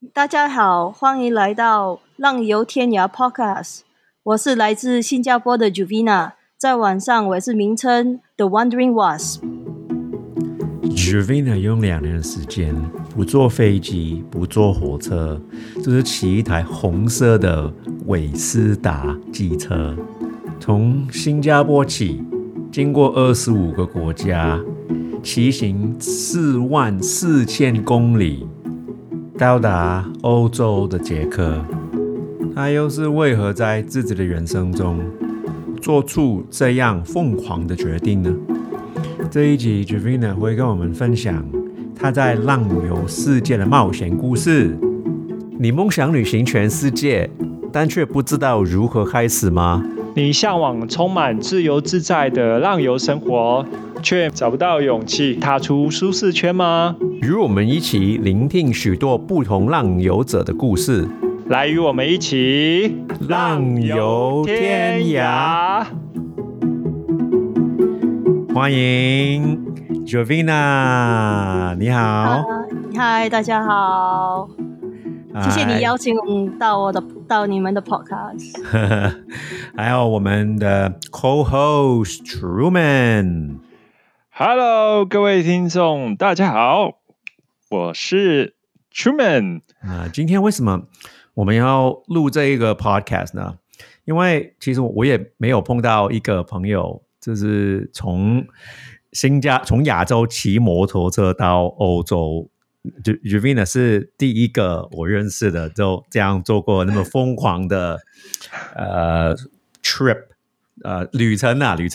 大家好，欢迎来到浪游天涯 Podcast。我是来自新加坡的 Juvina， 在网上我是名称 The Wandering Wasp。Juvina 用2年的时间，不坐飞机，不坐火车，就是骑一台红色的韦斯达机车，从新加坡起，经过25个国家，骑行44000公里，到达欧洲的捷克。他又是为何在自己的人生中做出这样疯狂的决定呢？这一集 Juvina 会跟我们分享他在浪游世界的冒险故事。你梦想旅行全世界，但却不知道如何开始吗？ 你向往充满自由自在的浪游生活，却找不到勇气踏出舒适圈吗？ 与我们一起聆听许多不同浪游者的故事， 来与我们一起浪游天涯。欢迎 Juvina， 你好。 嗨，大家好，谢谢你邀请到你们的 podcast。 还有我们的 co-host Truman。Hello， 各位听众，大家好，我是 Truman。 今天为什么我们要录这一个 podcast 呢？因为其实我也没有碰到一个朋友，就是从亚洲骑摩托车到欧洲。Juvina 是第一个我认识的，就这样做过那么疯狂的trip 旅程。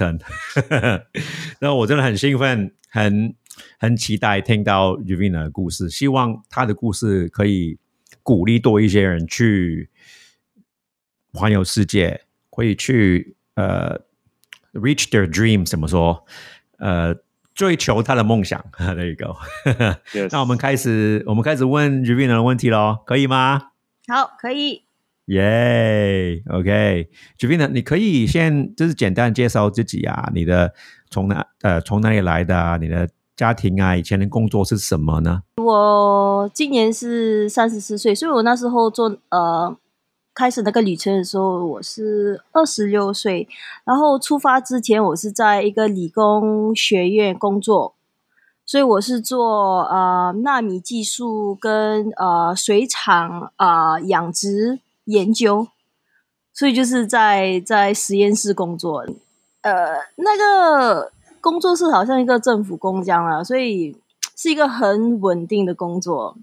那我真的很兴奋，很期待听到 Juvina 的故事，希望他的故事可以鼓励多一些人去环游世界，可以去reach their dreams， 怎么说？追求他的梦想。There you go。 Yes. 那我们开始问 Juvina 的问题咯，可以吗？ 好，可以。 耶、OK。Juvina， 你可以先就是简单介绍自己啊，你的从哪里来的啊？你的家庭啊，以前的工作是什么呢？ 我今年是34岁，所以我那时候开始那个旅程的时候，我是26岁。然后出发之前，我是在一个理工学院工作，所以我是做纳米技术跟水厂养殖研究，所以就是在实验室工作。那个工作是好像一个政府工这样啦，所以是一个很稳定的工作。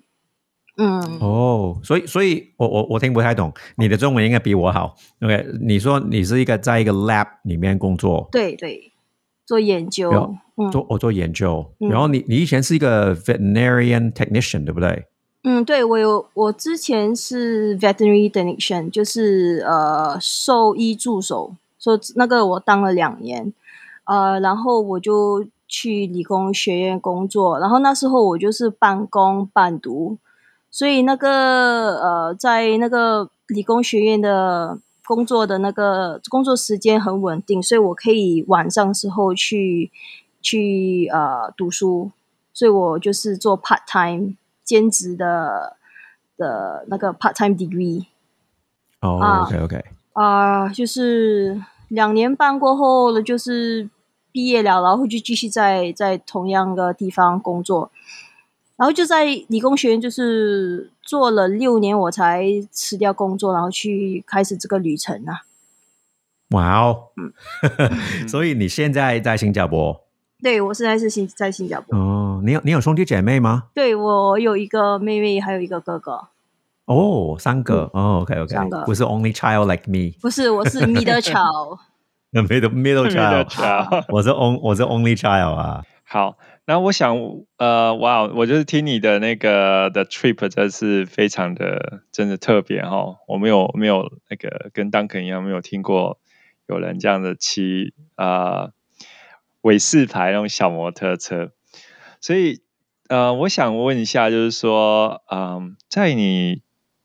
所以我听不太懂，你的中文应该比我好。OK， 你说你是在一个 lab 里面工作， 对，做研究， 做研究。然后你以前是一个 veterinarian technician， 对不对？ 对，我之前是 veterinary technician， 就是兽医助手，所以那个我当了2年，然后我就去理工学院工作，然后那时候我就是半工半读。所以那个在那个理工学院的工作的那个工作时间很稳定，所以我可以晚上时候去读书，所以我就是做 part time 兼职的那个 part time degree。 OK。 就是2年半过后了，就是毕业了，然后就继续在同样的地方工作。然后就在理工学院就是做了6年，我才辞掉工作，然后去开始这个旅程啊。 哇哦，所以你现在在新加坡？ 对，我现在是在新加坡。 哦，你有兄弟姐妹吗？ 对，我有一个妹妹，还有一个哥哥。 哦，3个。OK， 3个， 不是 only child like me。 不是，我是 middle child。 middle child。我是 only child 啊。 好，那我想，我就是听你的那个的 trip， 真是非常的真的特别哈。我没有那个跟 Duncan 一样，没有听过有人这样的骑韦氏牌那种小摩托车，所以我想问一下，就是说，在你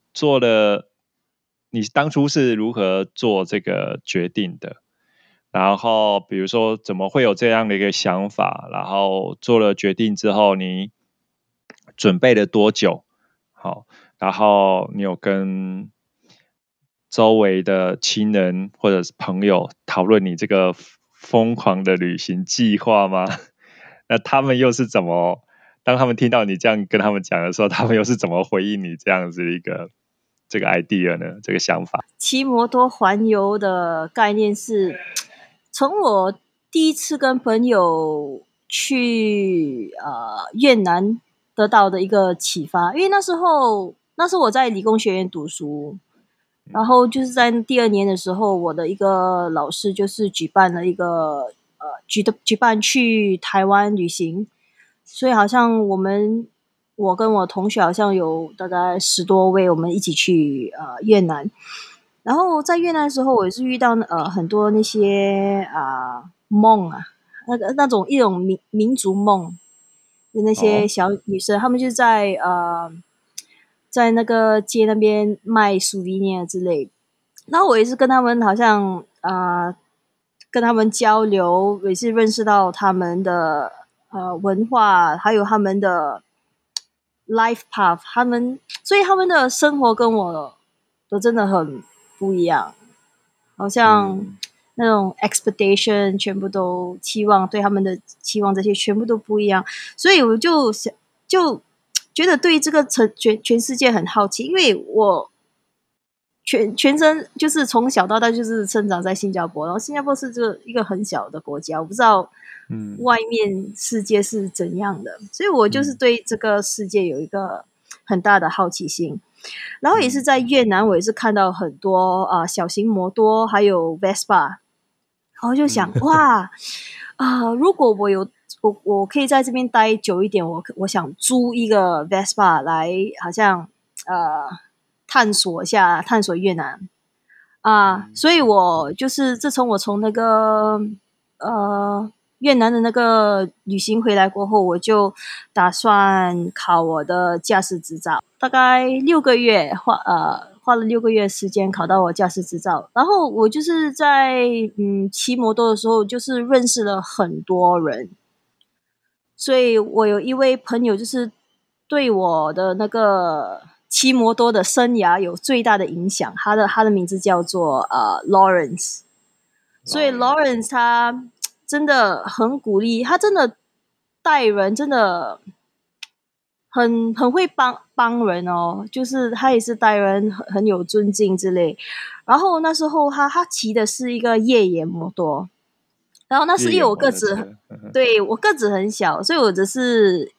当初是如何做这个决定的？然后比如说怎么会有这样的一个想法，然后做了决定之后你准备了多久， 好，然后你有跟周围的亲人或者是朋友讨论你这个疯狂的旅行计划吗？那他们又是怎么？当他们听到你这样跟他们讲的时候，他们又是怎么回应你这样子一个这个 idea 呢？这个想法？ 骑摩托环游的概念是从我第一次跟朋友去越南得到的一个启发，因为那时候我在理工学院读书，然后就是在第2年的时候，我的一个老师就是举办了一个举办去台湾旅行，所以好像我跟我同学好像有大概10多位，我们一起去越南。然后在越南的时候，我也是遇到很多那些梦啊，那种一种民族梦的那些小女生，她们就在那个街那边卖 souvenir 之类。然后我也是跟他们好像跟他们交流，也是认识到他们的文化，还有他们的 life path， 所以他们的生活跟我都真的很不一样，好像那种 expectation 全部都期望，对他们的期望这些全部都不一样，所以我就觉得对这个全世界很好奇，因为我全身就是从小到大就是生长在新加坡，然后新加坡是一个很小的国家，我不知道外面世界是怎样的，所以我就是对这个世界有一个很大的好奇心。然后也是在越南，我也是看到很多小型摩托，还有 Vespa， 然后就想哇如果我可以在这边待久一点，我想租一个 Vespa 来，好像探索越南所以我就是自从我从那个越南的那个旅行回来过后，我就打算考我的驾驶执照，大概6个月花了6个月时间考到我驾驶执照。然后我就是在骑摩托的时候，就是认识了很多人，所以我有一位朋友就是对我的那个骑摩托的生涯有最大的影响，他的名字叫做Lawrence， 所以 Lawrence 他真的很鼓励，他真的带人真的很会帮人哦，就是他也是待人很有尊敬之类。然后那时候他骑的是一个越野摩托，然后那是因为我个子对我个子很小，所以我只是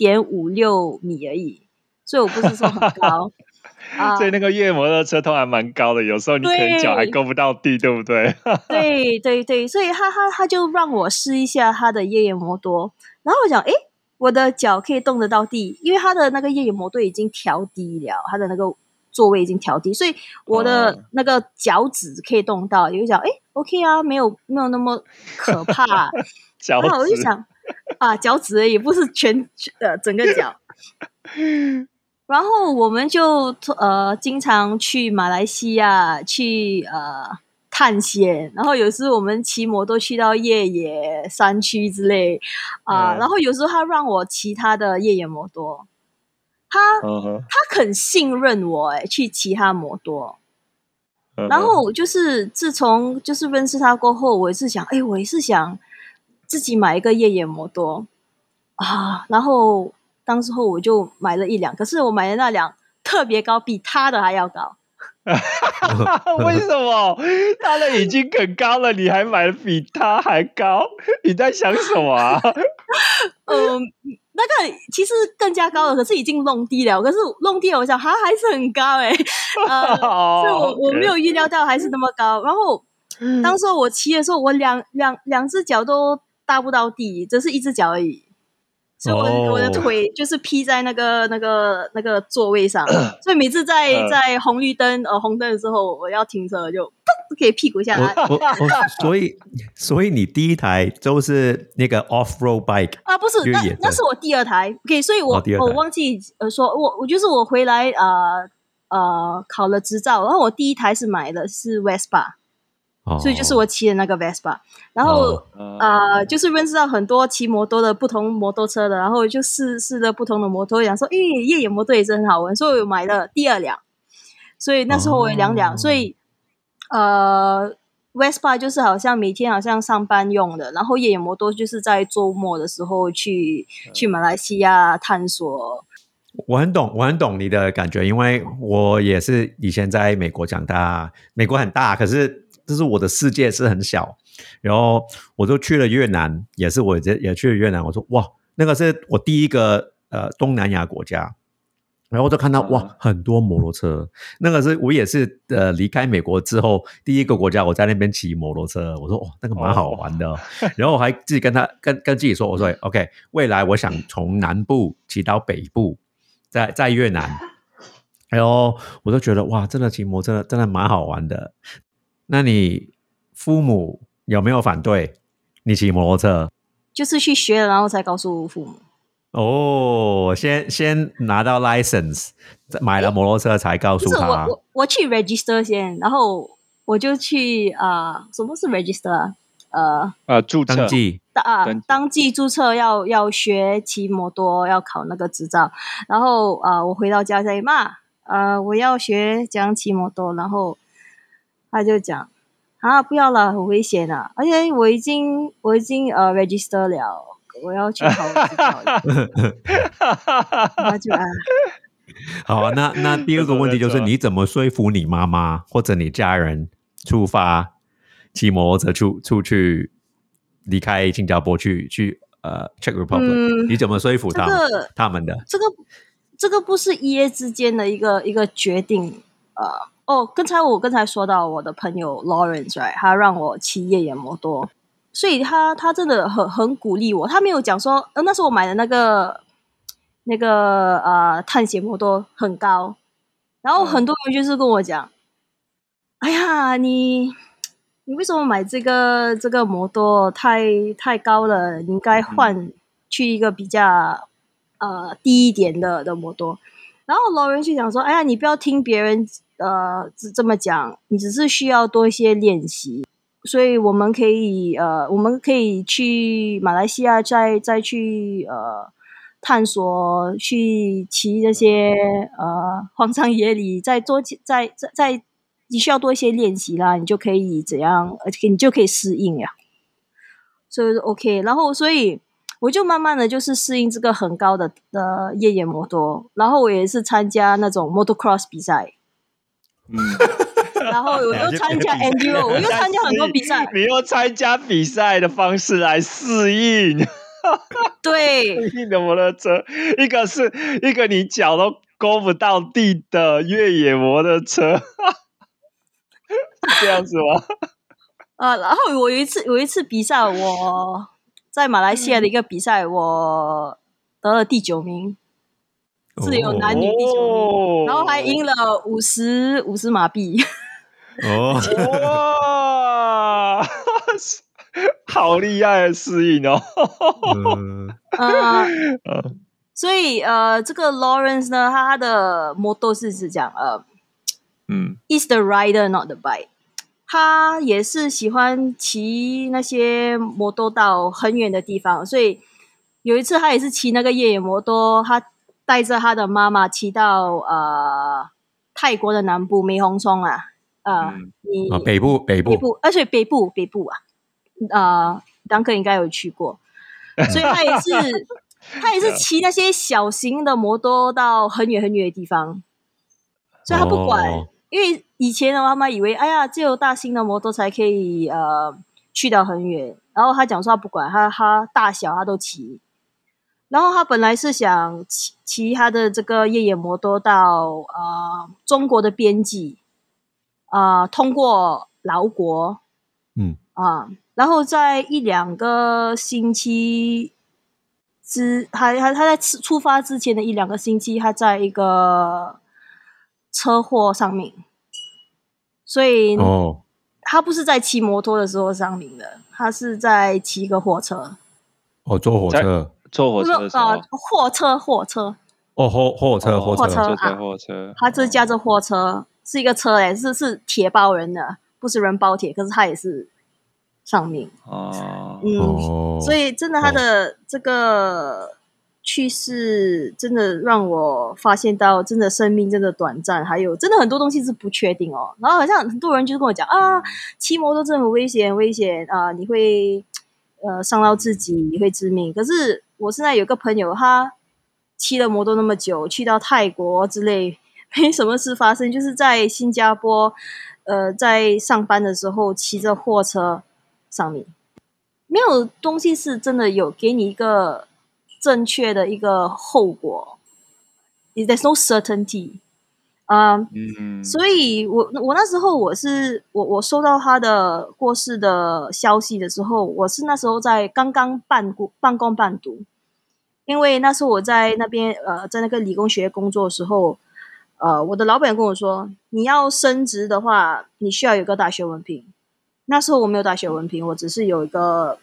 1.56米而已，所以我不是说很高所以那个越野摩托车通常蛮高的，有时候你可能脚还够不到地，对不对？ 对对对，所以他就让我试一下他的越野摩托，然后我想我的脚可以动得到地，因为他的那个越野摩托已经调低了，他的那个座位已经调低，所以我的那个脚趾可以动到，就想OK 啊，没有那么可怕脚趾， 然后我就想脚趾而已，不是整个脚然后我们就经常去马来西亚去探险，然后有时我们骑摩托去到越野山区之类然后有时候他让我骑他的越野摩托，他很信任我去骑他摩托然后就是自从就是认识他过后，我也是想自己买一个越野摩托然后当时候我就买了1辆，可是我买的那辆特别高，比他的还要高。 为什么？他的已经很高了，你还买的比他还高？你在想什么啊？ 那个其实更加高了，可是已经弄低了。可是弄低了，我想还是很高所以我没有预料到还是那么高。然后当时我骑的时候，我两只脚都搭不到地，只是一只脚而已。所以我的腿就是披在那个座位上，所以每次在红绿灯红灯的时候，我要停车就可以屁股下来。 所以你第一台就是那个 off-road bike 不是，那是我第2台。OK， 所以我忘记说，我就是我回来考了执照，然后我第1台是买的是 Vespa。 所以就是我骑的那个 Vespa， 然后就是认识到很多骑摩托的不同摩托车的，然后就试了不同的摩托，想说越野摩托也是很好玩，所以我买了第2辆，所以那时候我有2辆，所以Vespa 就是好像每天好像上班用的，然后越野摩托就是在周末的时候去马来西亚探索。 我很懂你的感觉，因为我也是以前在美国长大，美国很大，可是就是我的世界是很小，然后我就去了越南，也去了越南，我说哇，那个是我第一个东南亚国家。然后就看到哇，很多摩托车，那个是我也是离开美国之后第一个国家，我在那边骑摩托车，我说那个蛮好玩的，然后我还自己跟自己说，我说 OK， 未来我想从南部骑到北部，在越南，然后我就觉得哇，真的骑摩托真的蛮好玩的。那你父母有没有反对你骑摩托车？ 就是去学了，然后才告诉父母。 先拿到 license， 买了摩托车才告诉他。 我去 register 先，然后我就去什么是 register 注册登记注册，要学骑摩托，要考那个执照。然后我回到家说妈，我要学怎样骑摩托，然后他就讲不要了，很危险啊，而且我已经register 了。我要去考执照了，那就好啊，那第二个问题就是你怎么说服你妈妈或者你家人出发骑摩托车出去离开新加坡去Czech Republic，你怎么说服他们的？ 这个不是一夜之间的一个决定。我刚才说到我的朋友 Lawrence， right， 他让我骑越野摩托。所以他真的很鼓励我，他没有讲说，那时候我买的那个探险摩托很高，然后很多人就是跟我讲，哎呀，你为什么买这个摩托太高了，你应该换去一个比较低一点的摩托。然后老人就讲说，哎呀，你不要听别人这么讲，你只是需要多一些练习。所以我们可以去马来西亚再去探索，去骑这些荒山野岭，你需要多一些练习啦，你就可以怎样，而且你就可以适应呀。所以 OK， 然后所以我就慢慢的就是适应这个很高的越野摩托，然后我也是参加那种 motocross 比赛。然后我又参加 enduro， 我又参加很多比赛。 你又参加比赛的方式来适应， 对， 适应的摩托车，一个你脚都勾不到地的越野摩托车，是这样子吗？ 然后我有一次比赛，我在马来西亚的一个比赛，我得了第9名。自由男女第9名，然后还赢了50马币。 哇，好厉害的适应哦。 所以这个 Lawrence 呢，他的摩托是讲is the rider not the bike。他也是喜欢骑那些摩托到很远的地方，所以有一次他也是骑那个越野摩托，他带着他的妈妈骑到泰国的南部梅洪松北部， 而且北部Duncan 应该有去过，所以他也是骑那些小型的摩托到很远很远的地方，所以他不管，因为以前的妈妈以为哎呀只有大型的摩托才可以去到很远，然后他讲说他不管，他大小他都骑。然后他本来是想骑他的这个越野摩托到中国的边际，通过辽国，然后在1-2个星期他在出发之前的1-2个星期，他在一个车祸丧命，所以他不是在骑摩托的时候丧命的，他是在骑一个货车。 坐火车。 坐火车的时候， 货车。 货车。 他这驾着货车，是一个车是铁包人的不是人包铁，可是他也是丧命。所以真的他的这个去世真的让我发现到真的生命真的短暂，还有真的很多东西是不确定哦。然后好像很多人就跟我讲啊，骑摩托真的很危险啊，你会伤到自己，你会致命。可是我现在有个朋友，他骑了摩托那么久，去到泰国之类，没什么事发生，就是在新加坡在上班的时候骑着货车上面，没有东西是真的有给你一个正确的一个后果。There's no certainty。所以我那时候我收到他的过世的消息的时候，我是那时候刚刚半工半读，因为那时候我在那边在那个理工学院工作的时候，我的老板跟我说，你要升职的话，你需要有个大学文凭。那时候我没有大学文凭，我只是有一个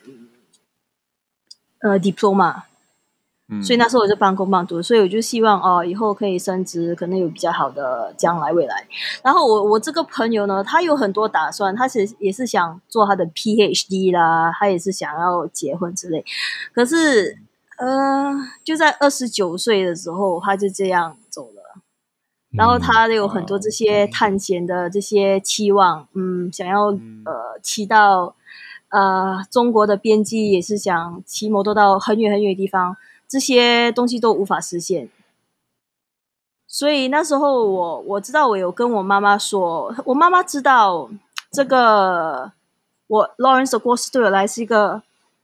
diploma。所以那时候我就半工半读，所以我就希望以后可以升职，可能有比较好的将来未来。然后我这个朋友呢，他有很多打算，他也是想做他的 PhD 啦，他也是想要结婚之类。可是就在29岁的时候，他就这样走了。然后他有很多这些探险的这些期望，想要骑到中国的边际，也是想骑摩托到很远很远的地方。这些东西都无法实现，所以那时候我知道，我有跟我妈妈说，我妈妈知道这个Lawrence 的过世对我来是一个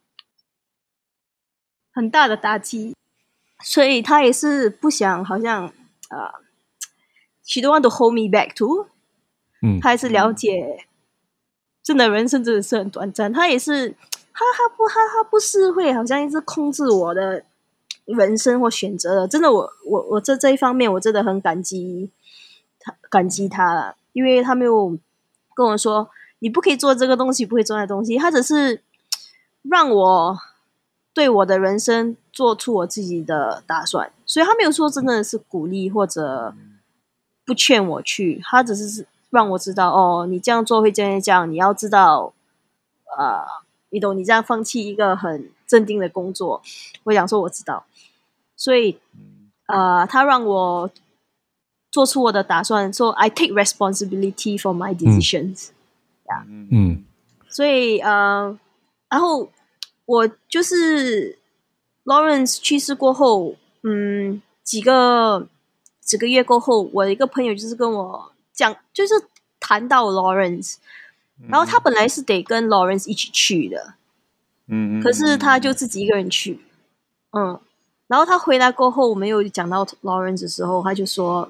很大的打击，所以她也是不想好像she don't want to hold me back too。她也是了解，真的人生真的是很短暂，她也是她不是会好像一直控制我的人生或选择的。真的我这一方面我真的很感激他了，因为他没有跟我说你不可以做这个东西，不可以做那东西，他只是让我对我的人生做出我自己的打算。所以他没有说真的是鼓励或者不劝我去，他只是让我知道你这样做会这样，你要知道你懂，你这样放弃一个很镇定的工作。我想说我知道，所以他让我做出我的打算，说 I take responsibility for my decisions。所以然后我就是Lawrence 去世过后，几个月过后，我的一个朋友就是跟我讲，就是谈到 Lawrence，然后他本来是得跟 Lawrence 一起去的，可是他就自己一个人去，然后他回来过后，我们有讲到 Lawrence 的时候，他就说，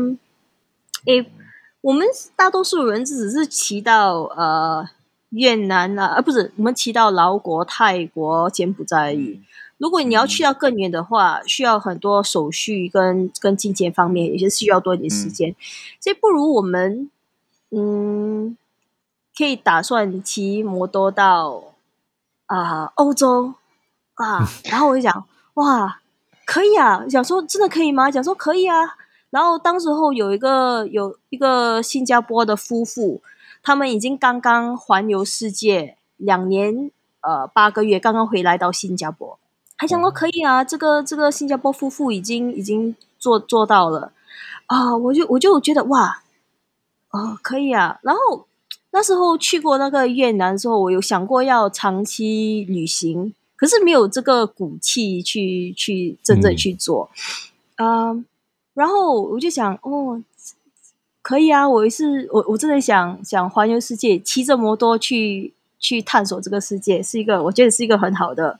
我们大多数人只是骑到越南啊，不是，我们骑到老国、泰国、柬埔寨而已。如果你要去到更远的话，需要很多手续跟金钱方面，有些需要多一点时间，所以不如我们可以打算骑摩托到欧洲然后我就讲哇，可以啊，想说真的可以吗？讲说可以啊。然后当时候有一个新加坡的夫妇，他们已经刚刚环游世界2年8个月，刚刚回来到新加坡，还想说可以啊，这个新加坡夫妇已经做到了我就觉得哇可以啊。然后那时候去过那个越南的时候，我有想过要长期旅行，可是没有这个骨气去真正去做然后我就想可以啊，我真的想环游世界，骑着摩托去探索这个世界，我觉得是一个很好的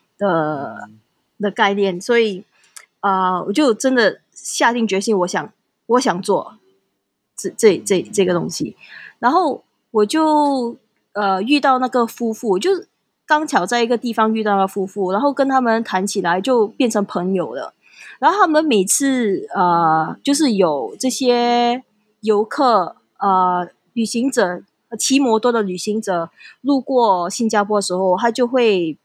概念。所以我就真的下定决心，我想做这个东西。然后我就遇到那个夫妇，就刚巧在一个地方遇到那个夫妇，然后跟他们谈起来就变成朋友了。然后他们每次就是有这些游客旅行者，骑摩托的旅行者路过新加坡的时候，他就会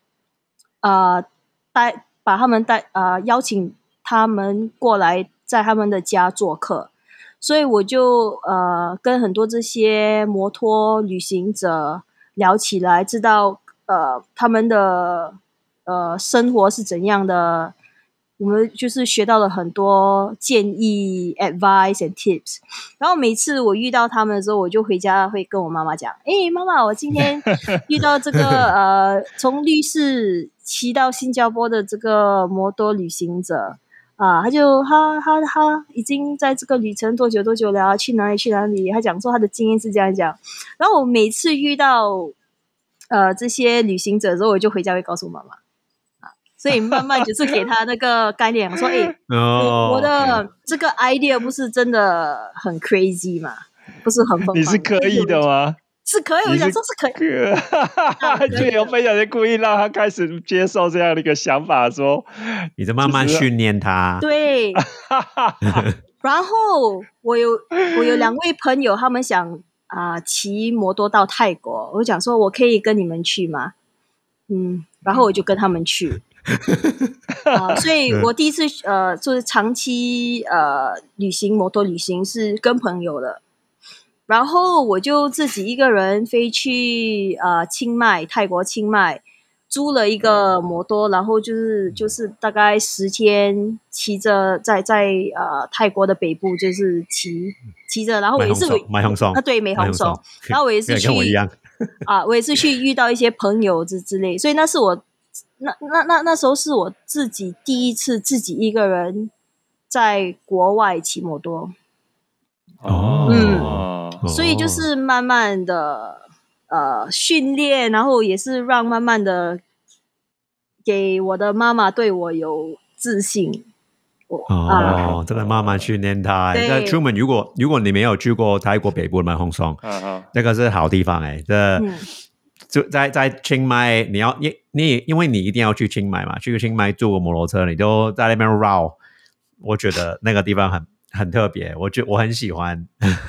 把他们邀请他们过来在他们的家做客。 所以我就跟很多这些摩托旅行者聊起来，知道他们的生活是怎样的。我们就是学到了很多建议 advice and tips， 然后每次我遇到他们的时候，我就回家会跟我妈妈讲，妈妈，我今天遇到这个从律师骑到新加坡的这个摩托旅行者他已经在这个旅程多久了，去哪里，他讲说他的经验是这样讲。然后我每次遇到这些旅行者之后，我就回家会告诉妈妈。所以慢慢就是给他那个概念，我说我的这个 idea 不是真的很 crazy 嘛，不是很疯狂， 你是可以的吗？ 是可以，我想说是可以。 就有分享就故意让他开始接受这样的一个想法，说你就慢慢训练他。 对。然后我有2位朋友，他们想骑摩托到泰国，我讲说我可以跟你们去吗？然后我就跟他们去。所以我第一次就是长期摩托旅行是跟朋友的，然后我就自己一个人飞去泰国清迈，租了一个摩托，然后就是大概10天骑着在泰国的北部就是骑着，然后我也是买红松对，美红松，然后我也是去跟我一样我也是去遇到一些朋友之类，所以那是我那时候是我自己第一次自己一个人在国外骑摩托。所以就是慢慢的训练，然后也是让慢慢的给我的妈妈对我有自信。 真的慢慢训练他。那 Truman， 如果你没有去过泰国北部的麦红松，那个是好地方就在清迈，因为你一定要去清迈嘛，去清迈坐个摩托车，你就在那边绕，我觉得那个地方很特别，我很喜欢。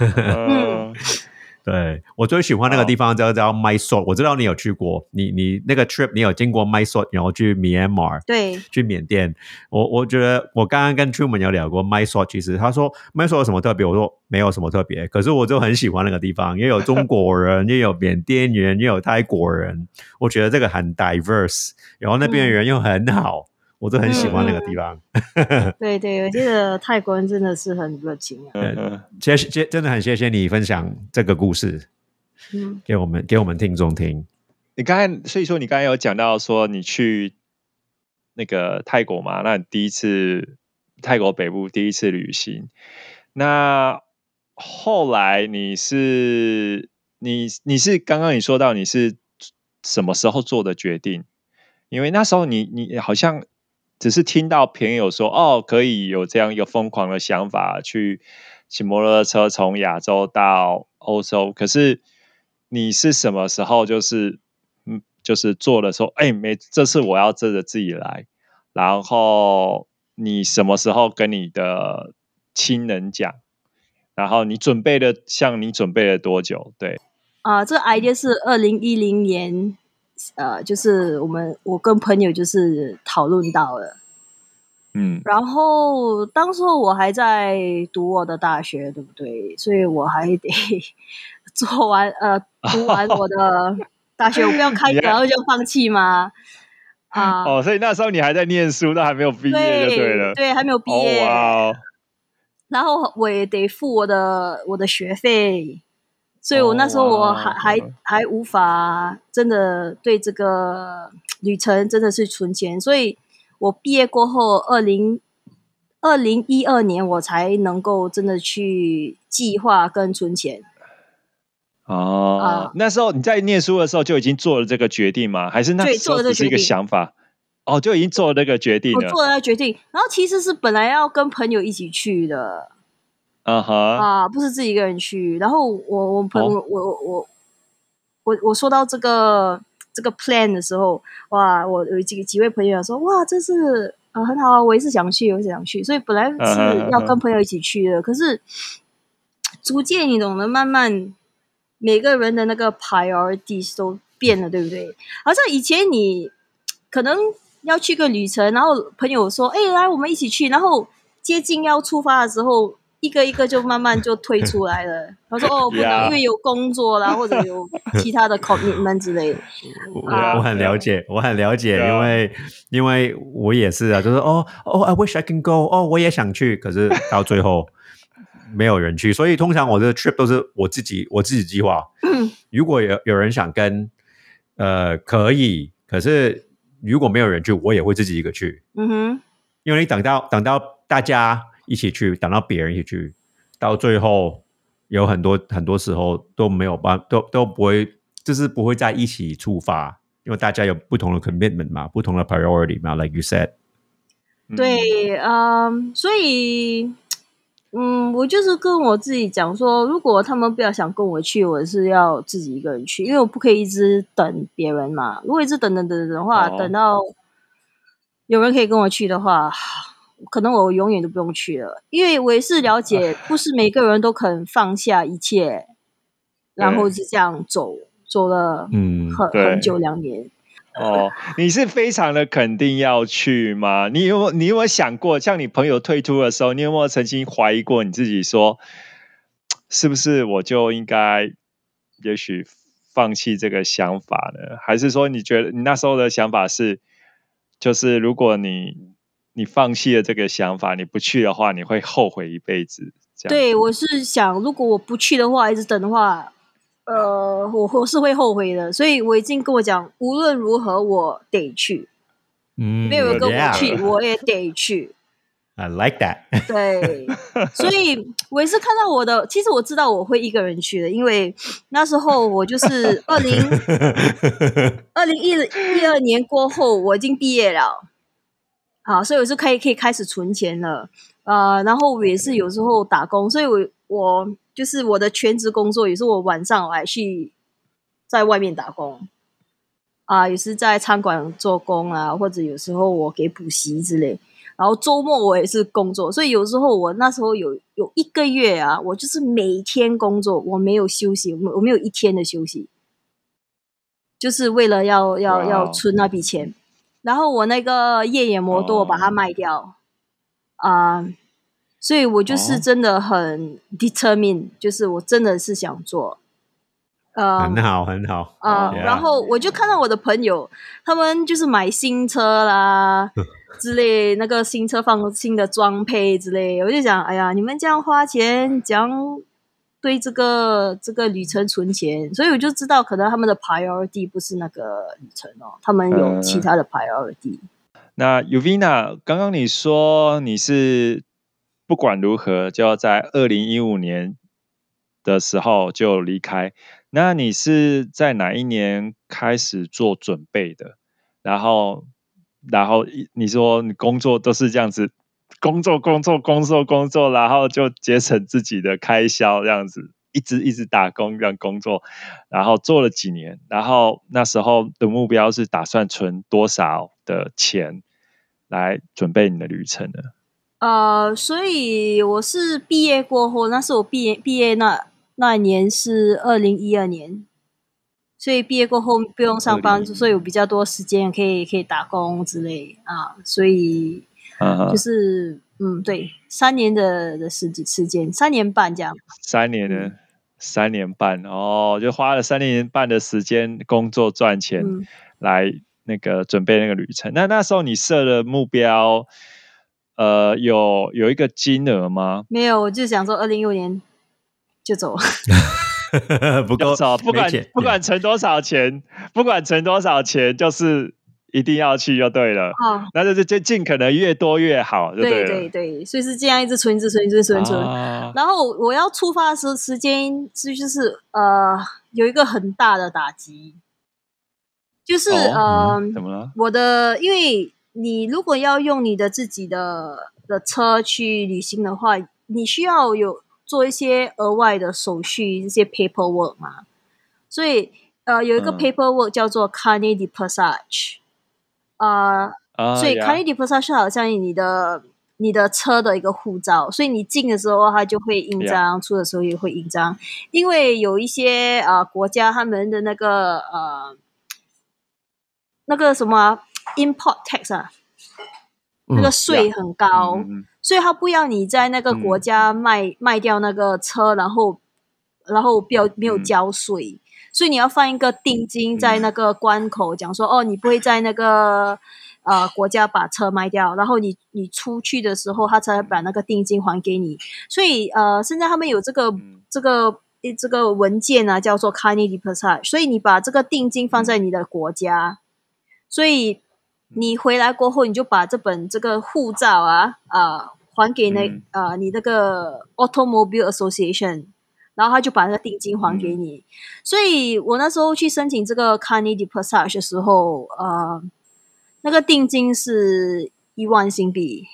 对，我最喜欢那个地方叫 Mysore， 我知道你有去过，你那个 trip 你有经过 Mysore， 然后去 Myanmar， 对， 去缅甸。我觉得我刚刚跟 Truman 有聊过 Mysore， 其实他说 Mysore 有什么特别，我说没有什么特别，可是我就很喜欢那个地方，也有中国人，也有缅甸人，也有泰国人，我觉得这个很 diverse， 然后那边的人又很好。我都很喜欢那个地方。 对对，我觉得泰国人真的是很热情真的很谢谢你分享这个故事，给我们听众听。 所以说你刚才有讲到说你去那个泰国嘛，那你第一次泰国北部第一次旅行，那后来你是刚刚你说到你是什么时候做的决定？因为那时候你好像只是听到朋友说可以有这样一个疯狂的想法去骑摩托车从亚洲到欧洲，可是你是什么时候就是做的说这次我要自己来，然后你什么时候跟你的亲人讲，然后你准备了多久？对这个 idea 是2010年就是我跟朋友就是讨论到了，然后当时我还在读我的大学，对不对？所以我还得读完我的大学，我不要开学然后就放弃吗？ 所以那时候你还在念书，都还没有毕业就对了， 对，还没有毕业。然后我也得付我的学费。所以我那时候我还无法真的对这个旅程真的是存钱，所以我毕业过后2012年我才能够真的去计划跟存钱。 那时候你在念书的时候就已经做了这个决定吗？还是那时候只是一个想法？就已经做了这个决定了。 我做了那个决定，然后其实是本来要跟朋友一起去的。不是自己一个人去。然后我说到这个 plan 的时候，哇，我有几位朋友说，哇，这是很好，我也是想去，所以本来是要跟朋友一起去的，可是逐渐你懂得，慢慢每个人的那个 priorities 都变了，对不对？好像以前你可能要去个旅程，然后朋友说，来我们一起去，然后接近要出发的时候， 一个一个就慢慢就退出来了。他说哦不能， Yeah. 因为有工作啦，或者有其他的 commitment 之类的。 我很了解，我很了解， Yeah. 因为我也是啊，就是I wish I can go， 我也想去，可是到最后没有人去，所以通常我的 trip 都是我自己计划。如果有人想跟，可以，可是如果没有人去，我也会自己一个去。因为你等到大家一起去，等到别人一起去，到最后有很多时候都没有办法，都不会，就是不会在一起出发，因为大家有不同的 commitment 嘛，不同的 priority 嘛 ，like you said。 对，所以，我就是跟我自己讲说，如果他们不要想跟我去，我是要自己一个人去，因为我不可以一直等别人嘛。如果一直等的话，等到有人可以跟我去的话，可能我永远都不用去了，因为我也是了解，不是每个人都肯放下一切，然后就这样走了很久2年。 你是非常的肯定要去吗？你有没有想过，像你朋友退出的时候，你有没有曾经怀疑过你自己说，是不是我就应该也许放弃这个想法呢？还是说你觉得你那时候的想法是，就是如果你放弃了这个想法，你不去的话，你会后悔一辈子？ 对，我是想，如果我不去的话，一直等的话，我是会后悔的，所以我已经跟我讲，无论如何我得去，没有人跟我去，我也得去。 I like that 。 对，所以我也是看到其实我知道我会一个人去的，因为那时候我就是2012年过后，我已经毕业了，好，所以我是可以开始存钱了，然后我也是有时候打工，所以我就是我的全职工作也是我晚上我还去在外面打工，也是在餐馆做工啊，或者有时候我给补习之类，然后周末我也是工作，所以有时候我那时候有1个月啊，我就是每天工作，我没有休息，我没有一天的休息，就是为了要存那笔钱。然后我那个越野摩托我把它卖掉，所以我就是真的很 determined，就是我真的是想做。 很好很好。 然后我就看到我的朋友，他们就是买新车啦之类，那个新车放新的装配之类，我就想，哎呀，你们这样花钱，这样对这个旅程存钱，所以我就知道，可能他们的 priority 不是那个旅程哦，他们有其他的 priority。 那 Yuvina， 刚刚你说你是不管如何就要在2015年的时候就离开，那你是在哪一年开始做准备的？然后你说你工作都是这样子，工作，然后就节省自己的开销，这样子一直打工这样工作，然后做了几年，然后那时候的目标是打算存多少的钱来准备你的旅程呢？ 所以我是毕业过后，那是我毕业那一年是2012年，所以毕业过后不用上班，所以有比较多时间可以打工之类啊，所以就是对，3年的时间，3年半这样。 3年半哦，就花了3年半的时间工作赚钱，来那个准备那个旅程。那时候你设的目标，有一个金额吗？ 没有，我就想说2015年就走。 不够， 不管存多少钱，就是一定要去就对了。那就尽可能越多越好就对了。 对，所以是这样一直存。然后我要出发的时间就是有一个很大的打击，就是怎么了？ 因为你如果要用你的自己的车去旅行的话，你需要做一些额外的手续，一些 paperwork 嘛，所以有一个 paperwork 叫做 carnet de passage，所以 carnet de passage 好像你的车的一个护照，所以你进的时候它就会印章，出的时候也会印章，因为有一些国家他们的那个什么import tax 那个税很高， 所以他不要你在那个国家卖掉那个车，然后没有交税，所以你要放一个定金在那个关口，讲说你不会在那个国家把车卖掉，然后你出去的时候，他才把那个定金还给你。所以现在他们有这个文件啊，叫做 Carnet de Passage， 所以你把这个定金放在你的国家，所以你回来过后，你就把这个护照还给你那个 Automobile Association， 然后他就把那个定金还给你。所以我那时候去申请这个 Carnet de Passage 的时候，那个定金是1万新币。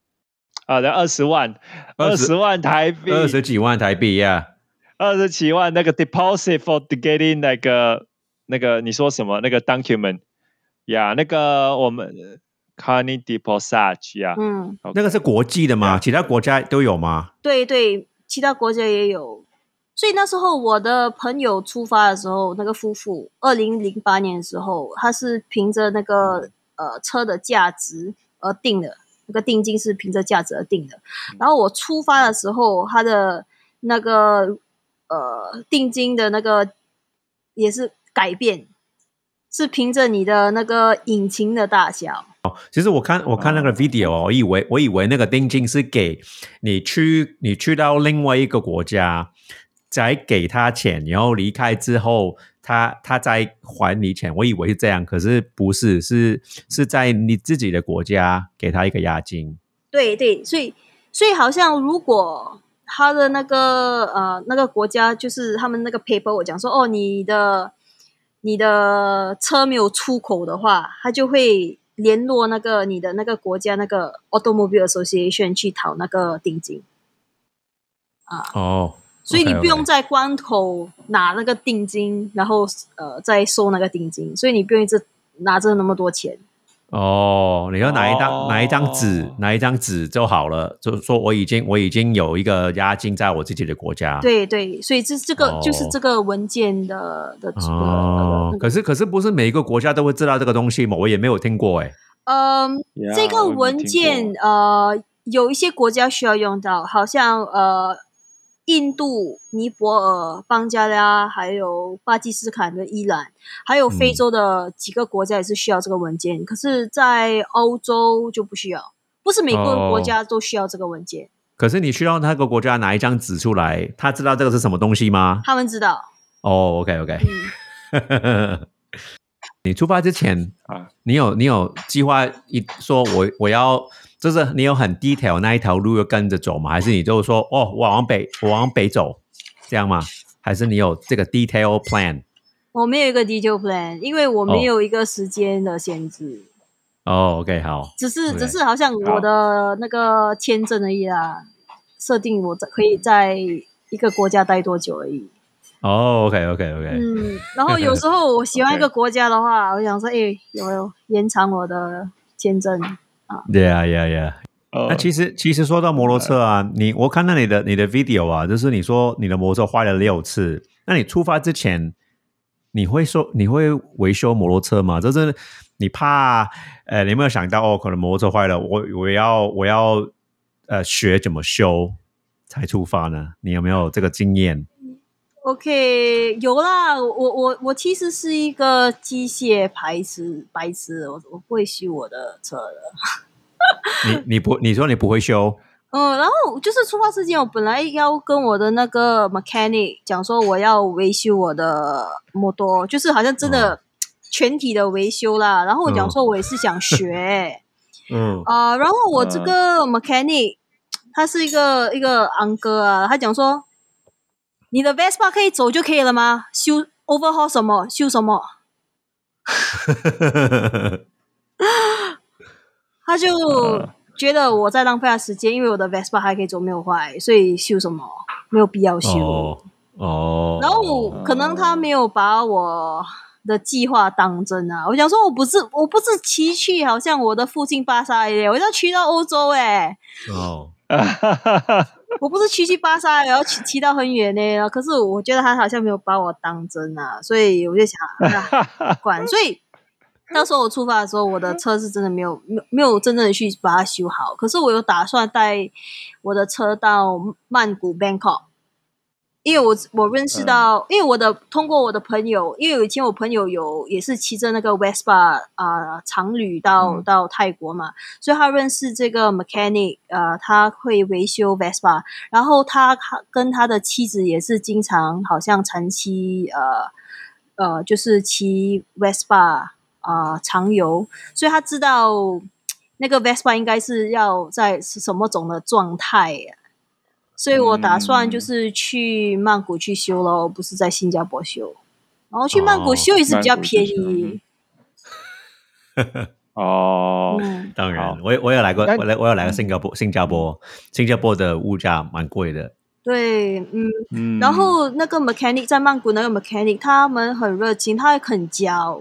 20万台币 ，20几万台币呀 ，20几万那个 deposit for getting 那个你说什么那个 document 呀，那个我们 Carnet de Passage 呀， 那个是国际的吗？其他国家都有吗？ 对对，其他国家也有。所以那时候我的朋友出发的时候，那个夫妇2008年的时候，他是凭着那个车的价值而定的，那个定金是凭着价值而定的。然后我出发的时候，他的那个定金的那个也是改变，是凭着你的那个引擎的大小。 其实我看那个 video，我以为那个定金是给你去到另外一个国家，再给他钱，然后离开之后，他再还你钱。我以为是这样，可是不是，是在你自己的国家给他一个押金。 对对，所以好像如果他的那个国家就是他们那个 paper， 我讲说你的车没有出口的话，他就会联络那个你的那个国家那个 Automobile Association 去讨那个定金所以你不用在关口拿那个定金，然后再收那个定金，所以你不用一直拿着那么多钱。 你要拿一张纸就好了，就说我已经有一个押金在我自己的国家。 对对，所以这个就是这个文件的可是不是每一个国家都会知道这个东西吗？我也没有听过这个文件有一些国家需要用到，好像印度、尼泊尔、邦加拉，还有巴基斯坦跟伊朗，还有非洲的几个国家也是需要这个文件，可是在欧洲就不需要，不是每个国家都需要这个文件。 可是你去到那个国家拿一张纸出来，他知道这个是什么东西吗？ 他们知道。 OK 你出发之前你有计划说我要就是你有很 detail 那一条路要跟着走吗？还是你就说我往北走这样吗？还是你有这个 detail plan？ 我没有一个 detail plan， 因为我没有一个时间的限制。 OK 好， 只是好像我的那个签证而已啦，设定我可以在一个国家待多久而已。 OK 然后有时候我喜欢一个国家的话我想说有没有延长我的签证 Yeah那其实说到摩托车我看到你的 video 就是你说你的摩托车坏了6次，那你出发之前你会维修摩托车吗？就是你怕你有没有想到可能摩托车坏了我要学怎么修才出发呢？你有没有这个经验 ？OK， 有啦，我其实是一个机械白痴，我不会修我的车的。 你说你不会修？ 然后就是出发之前，我本来要跟我的那个 mechanic 讲说我要维修我的摩托，就是好像真的全体的维修啦。然后我讲说我也是想学，然后我这个 mechanic 他是一个昂哥他讲说。你的 Vespa 可以走就可以了吗？修 overhaul 什么？修什么？他就觉得我在浪费他时间，因为我的 Vespa 还可以走，没有坏，所以修什么没有必要修。然后可能他没有把我的计划当真我想说我不是骑去好像我的父亲巴萨我要去到欧洲我不是去巴萨，然后骑到很远呢。可是我觉得他好像没有把我当真所以我就想管。所以到时候我出发的时候，我的车是真的没有真正的去把它修好，可是我有打算带我的车到曼谷 Bangkok。因为我认识到，因为通过我的朋友，因为有以前我朋友也是骑着那个 Vespa 长旅到泰国嘛，所以他认识这个 mechanic， 他会维修 Vespa， 然后他跟他的妻子也是经常好像长期就是骑 Vespa 长游，所以他知道那个 Vespa 应该是要在什么种的状态。所以我打算就是去曼谷去修咯，不是在新加坡修。然后去曼谷修也是比较便宜。 当然，我有来过，我有来过新加坡的物价蛮贵的。 对，然后那个 mechanic 在曼谷那个 mechanic 他们很热情，他还肯教。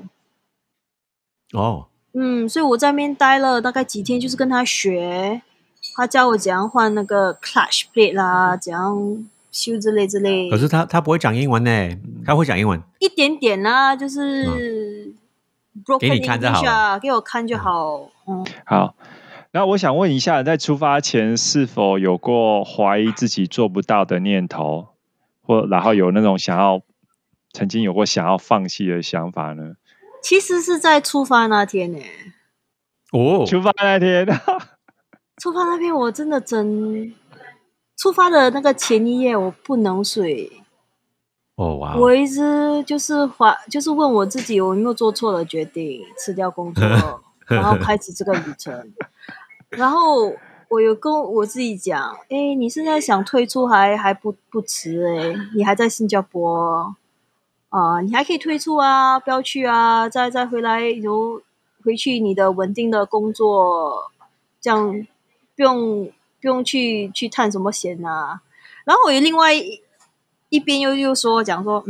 所以我在那边待了大概几天，就是跟他学。他教我怎样换那个 clutch plate 啦，怎样修之类。 可是他不会讲英文呢，他会讲英文一点点啦，就是给你看就好了， 给我看就好。 好。然后我想问一下，在出发前是否有过怀疑自己做不到的念头，然后有那种曾经有过想要放弃的想法呢？ 其实是在出发那天呢。 出发那天。 出发那天我真的出发的那个前一夜我不能睡。 哇！ 我一直就是问我自己，我有没有做错了决定，辞掉工作，然后开始这个旅程。然后我有跟我自己讲，你现在想退出还不迟你还在新加坡你还可以退出啊，不要去啊，再回来回去你的稳定的工作，这样不用去探什么险啊。然后我有另外一边又讲说，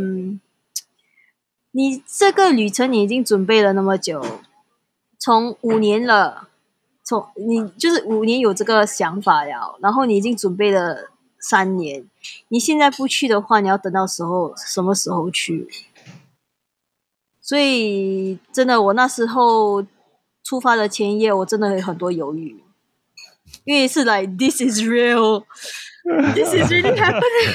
你这个旅程你已经准备了那么久，从5年了，你就是5年有这个想法了，然后你已经准备了3年，你现在不去的话，你要等到什么时候去？所以真的，我那时候出发的前一夜，我真的有很多犹豫，因为是like this is real， this is really happening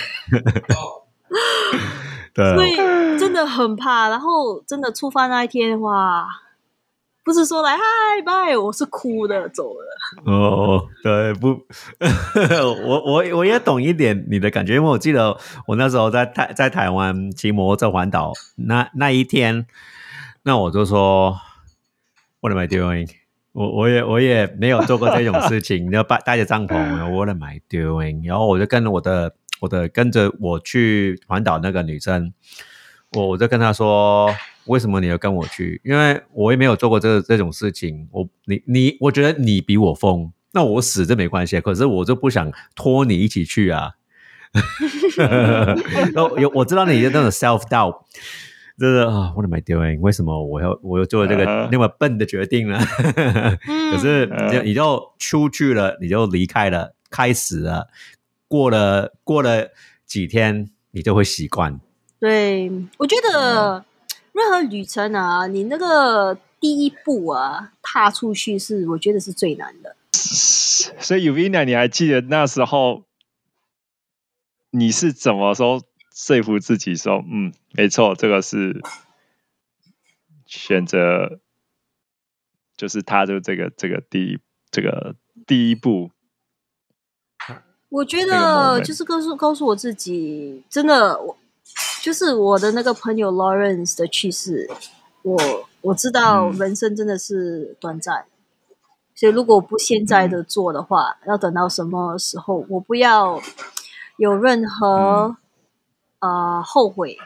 所以真的很怕。然后真的出发那一天，哇，不是说来嗨拜，我是哭的走了。 对，不，我也懂一点你的感觉，因为我记得我那时候在台湾骑摩托车环岛那一天，那我就说 What am I doing？ 我也没有做过这种事情，要带着帐篷 ，What am I doing？ 然后我就跟跟着我去环岛那个女生，我就跟她说，为什么你要跟我去？因为我也没有做过这种事情。我觉得你比我疯，那我死这没关系，可是我就不想拖你一起去啊。我知道你的那种 self doubt。真的What am I doing？ 为什么我又做了这个那么笨的决定呢？可是你就出去了，你就离开了，开始了，过了几天，你就会习惯。 对，我觉得任何旅程啊，你那个第一步踏出去我觉得是最难的。 所以 Uvina， 你还记得那时候你是怎么说服自己说，没错，这个是选择，就是踏入这个第一步。 我觉得就是告诉我自己，真的，就是我的那个朋友 Lawrence 的去世，我知道人生真的是短暂，所以如果我不现在的做的话，要等到什么时候？我不要有任何后悔。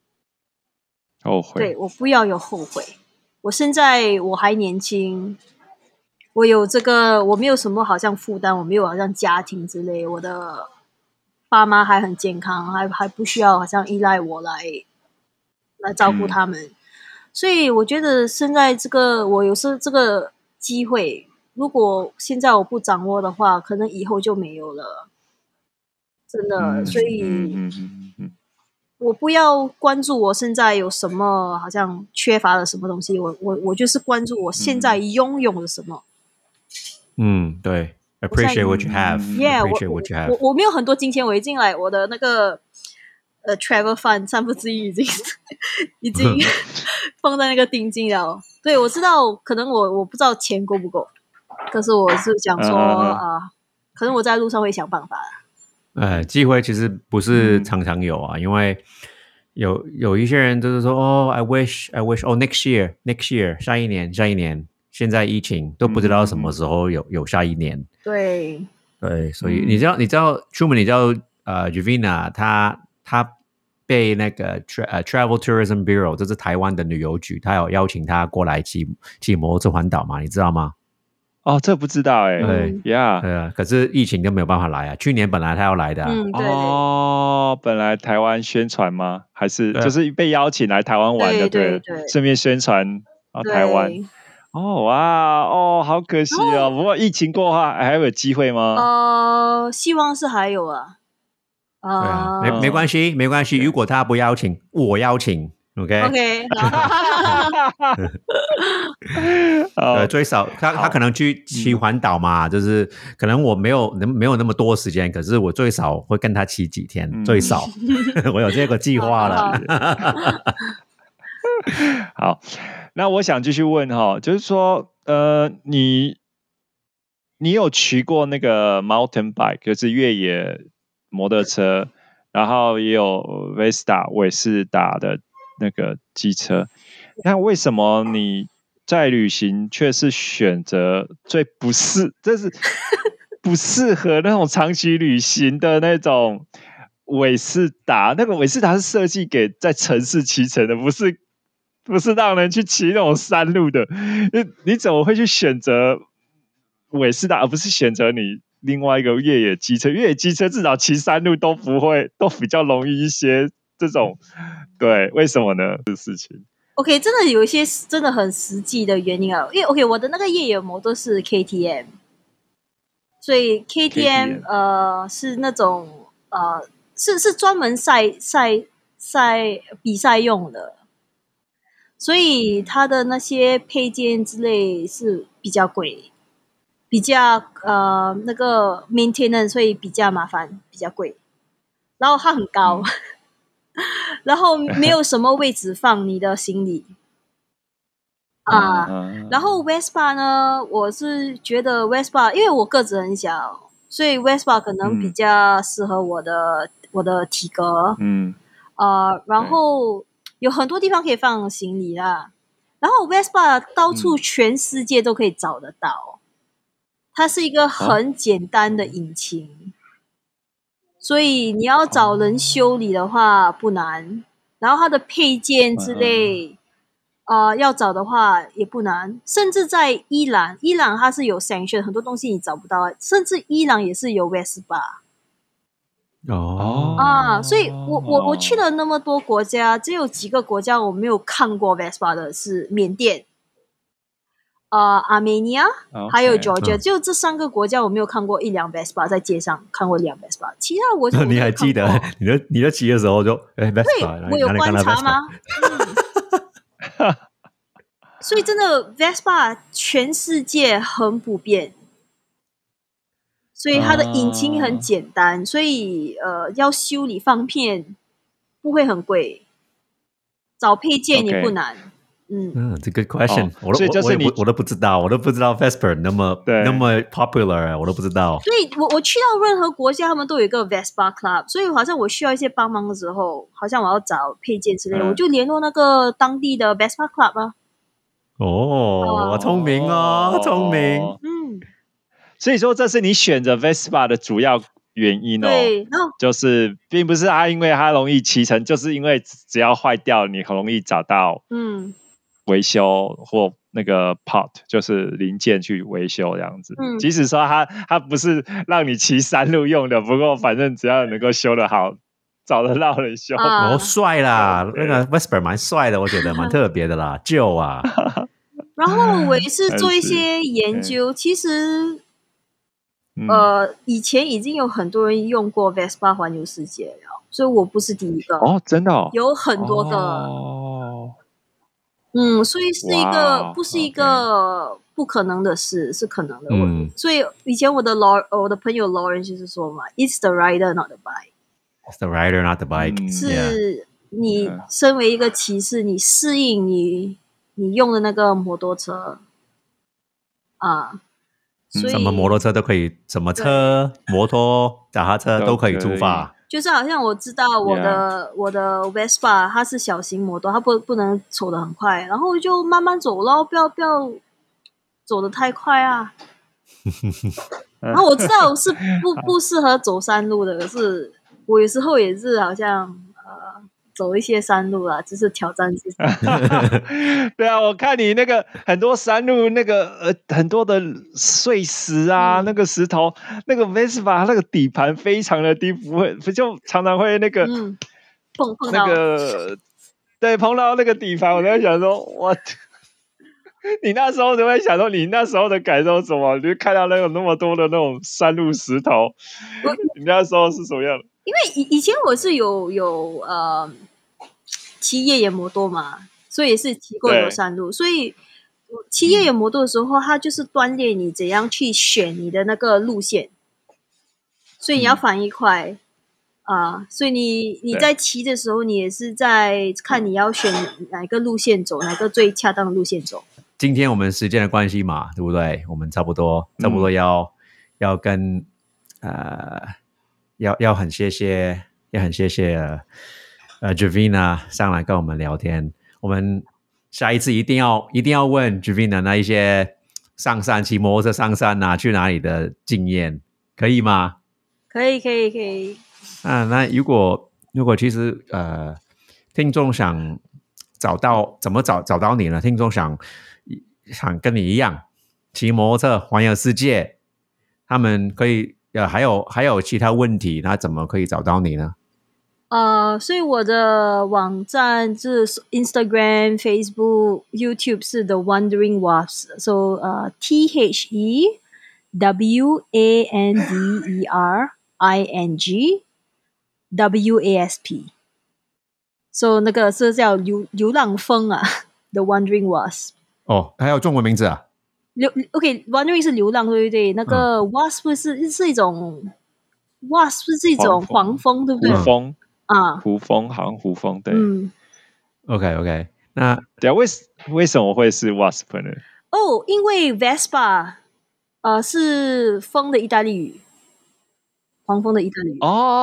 对，我不要有后悔。我现在我还年轻，我有我没有什么好像负担，我没有好像家庭之类，我的爸妈还很健康，还不需要好像依赖我来照顾他们。所以我觉得现在我有时这个机会，如果现在我不掌握的话，可能以后就没有了。真的，所以我不要关注我现在有什么好像缺乏了什么东西，我就是关注我现在拥有的什么。 对 ，appreciate what you have，appreciate what you have。 我没有很多金钱，我已经来我的那个travel fund 1/3已经放在那个定金了。对，我知道，可能我不知道钱够不够，可是我是想说可能我在路上会想办法啦。 机会其实不是常常有啊，因为有一些人就是说I wish next year 下一年，现在疫情都不知道什么时候有下一年。 对， 所以你知道 Truman， 你知道Jovina 她被那个Travel Tourism Bureau， 这是台湾的旅游局，他有邀请他过来骑摩托车环岛嘛，你知道吗？ 哦，这不知道对呀， 可是疫情都没有办法来啊。去年本来他要来的对， 本来台湾宣传吗？还是就是被邀请来台湾玩的，对，顺便宣传台湾。好可惜哦。不过疫情过后还有机会吗？ 希望是还有啊。 没关系，如果他不邀请，我邀请。OK， 最少他可能去骑环岛嘛，就是可能我没有那么多时间，可是我最少会跟他骑几天，最少我有这个计划了。 好，那我想继续问就是说你有骑过那个 mountain bike， 就是越野摩托车，然后也有 Vespa 韦斯达的那个机车，那为什么你在旅行却是选择最不适合那种长期旅行的那种韦斯达？那个韦斯达是设计给在城市骑乘的，不是让人去骑那种山路的。你怎么会去选择韦斯达，而不是选择你另外一个越野机车？越野机车至少骑山路都比较容易一些。这种对，为什么呢？这事情 OK， 真的有一些真的很实际的原因啊。因为 OK， 我的那个越野摩托是 KTM， 所以 KTM 是那种是专门比赛用的，所以它的那些配件之类是比较贵，比较那个 maintenance 所以比较麻烦，比较贵，然后它很高。然后没有什么位置放你的行李然后 Vespa 呢，我是觉得 Vespa， 因为我个子很小，所以 Vespa 可能比较适合我的体格。然后有很多地方可以放行李啦。然后 Vespa 到处全世界都可以找得到，它是一个很简单的引擎。所以你要找人修理的话不难，然后它的配件之类，要找的话也不难。甚至在伊朗它是有 sanction， 很多东西你找不到，甚至伊朗也是有 Vespa。所以我去了那么多国家，只有几个国家我没有看过 Vespa 的是缅甸。Armenia 还有 Georgia， 就这3个国家我没有看过一辆 Vespa， 在街上看过一辆 Vespa， 其他国家你还记得你在骑的时候就Vespa， 我有观察吗？所以真的 Vespa 全世界很普遍，所以它的引擎很简单，所以要修理方便，不会很贵，找配件也不难。 这个 question， 我都不知道，Vespa 那么 popular， 我都不知道。 所以我去到任何国家，他们都有一个 Vespa Club， 所以好像我需要一些帮忙的时候，好像我要找配件之类，我就联络那个当地的 Vespa Club 啊。 聪明哦，聪明。 所以说这是你选择 Vespa 的主要原因哦。 对， 就是并不是因为它容易骑乘，就是因为只要坏掉，你很容易找到维修或那个 part， 就是零件去维修这样子。即使说它不是让你骑山路用的，不过反正只要能够修得好，找得到人修。 帅啦，那个 Vespa 蛮帅的，我觉得蛮特别的啦，旧啊。 然后我也是做一些研究，其实以前已经有很多人用过 Vespa 环游世界了， 所以我不是第一个。 哦，真的哦， 有很多个。 哦， 所以是一个不是一个不可能的事，是可能的。所以以前我的朋友 Lauren 就是说嘛 ，It's the rider not the bike。It's the rider not the bike。 是你身为一个骑士，你适应你用的那个摩托车啊，所以什么摩托车都可以，什么车、摩托、脚踏车都可以出发。 就是好像我知道我的 Vespa 它是小型摩托，它不能走得很快，然后就慢慢走咯，不要走得太快啊。然后我知道是不适合走山路的，可是我有时候也是好像走一些山路啦，就是挑战自己。 对啊，我看你那个很多山路那个很多的碎石啊，那个石头，那个 Vespa 那个底盘非常的低，不就常常会那个碰到那个对碰到那个底盘，我在想说我。你那时候就会想说，你那时候的感受是什么？你就看到那么多的那种山路石头，你那时候是什么样的？ 因为以前我是有骑越野摩托嘛，所以也是骑过很多山路，所以骑越野摩托的时候，它就是锻炼你怎样去选你的那个路线，所以你要反应快所以你在骑的时候，你也是在看你要选哪个路线走，哪个最恰当的路线走。 今天我们时间的关系嘛，对不对？我们差不多要跟要很谢谢 Jovina 上来跟我们聊天。我们下一次一定要问 Jovina 那一些上山骑摩托车上山去哪里的经验，可以吗？ 可以。 那如果其实听众想怎么找到你呢？听众想跟你一样骑摩托车环游世界，他们可以还有其他问题，那怎么可以找到你呢？ 所以我的网站是 Instagram、Facebook、YouTube 是 The Wandering Wasp，so THEWANDERINGWASP，so 那个是叫流浪风The Wandering Wasp。 还有中文名字啊 ？Wandering 是流浪，对不对？那个 Wasp 是一种 Wasp 是一种黄蜂，对不对？ 胡蜂好像胡蜂，对。 OK， 那对啊，为什么会是 Wasp 呢？ 因为 Vespa 是风的意大利语，黄蜂的意大利语。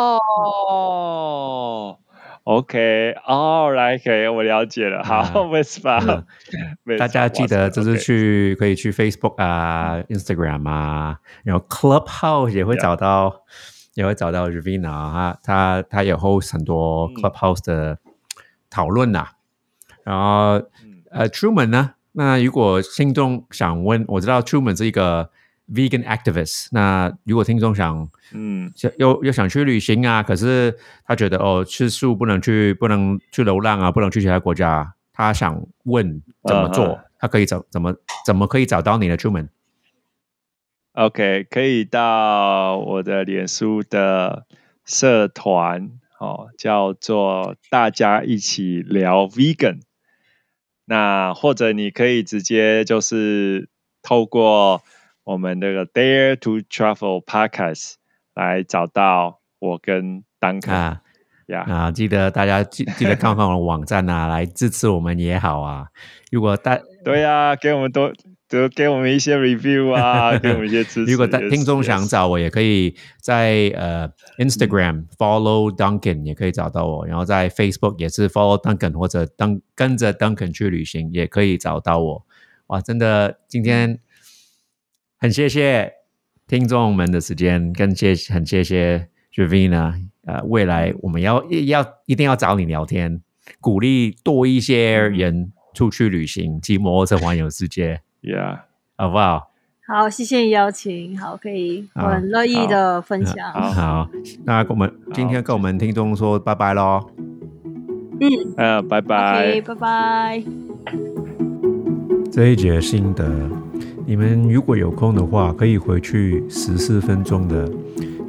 OK， 我了解了。好，Vespa， 大家记得就是可以去 Facebook Instagram 然后 Clubhouse 也会找到 Jovina， 他也 host 很多 Clubhouse 的讨论然后Truman 呢？那如果听众想问，我知道 Truman 是一个 vegan activist， 那如果听众想又想去旅行可是他觉得吃素不能去流浪不能去其他国家，他想问怎么做，他可以怎么可以找到你的 Truman？ OK， 可以到我的脸书的社团叫做大家一起聊 vegan， 那或者你可以直接就是透过我们那个 Dare to Travel Podcast 来找到我跟 Duncan。 记得大家记得看看我的网站来支持我们也好如果对给我们给我们一些 review 给我们一些支持。 如果听众想找我，也可以在Instagram follow Duncan 也可以找到我，然后在 Facebook 也是 follow Duncan 或者跟着 Duncan 去旅行也可以找到我。哇，真的今天很谢谢听众们的时间，很谢谢 Jovina， 未来我们一定要找你聊天，鼓励多一些人出去旅行，骑摩托车环游世界。好不好？ 好，谢谢你邀请，好，可以，我很乐意的分享。 好，那我们今天跟我们听众说拜拜咯。 拜拜。 OK， 拜拜。 这一节心得，你们如果有空的话，可以回去14分钟的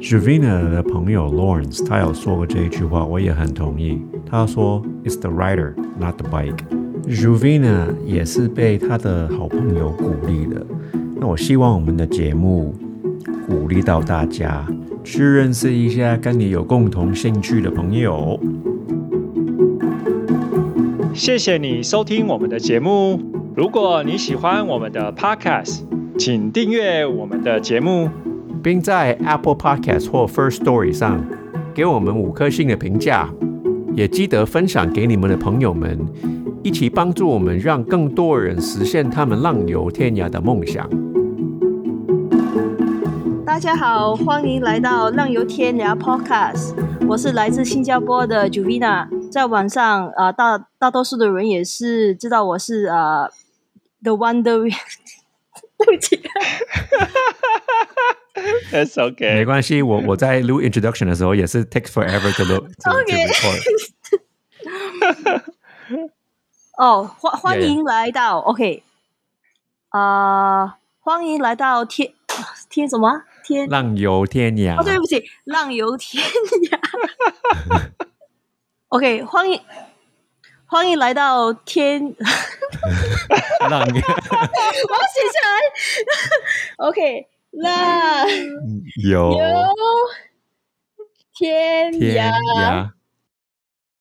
Juvina 的朋友 Lawrence 他有说过这一句话，我也很同意。他说 It's the rider, not the bike. Juvina 也是被他的好朋友鼓励的。那我希望我们的节目鼓励到大家，去认识一下跟你有共同兴趣的朋友。 谢谢你收听我们的节目。如果你喜欢我们的 Podcast， 请订阅我们的节目， 并在 Apple Podcast 或 First Story 上给我们5颗星的评价，也记得分享给你们的朋友们，一起帮助我们让更多人实现他们浪游天涯的梦想。 大家好，欢迎来到浪游天涯 Podcast， 我是来自新加坡的 Juvina， 在网上大多数的人也是知道我是The Wonder 对不起 That's okay， 没关系，我在录 introduction 的时候也是 takes forever to record。 哦，欢迎来到 OK， 欢迎来到天什么天浪游天涯。 对不起，浪游天涯。OK， 欢迎来到天浪游， 我要写下来。OK， 浪游天涯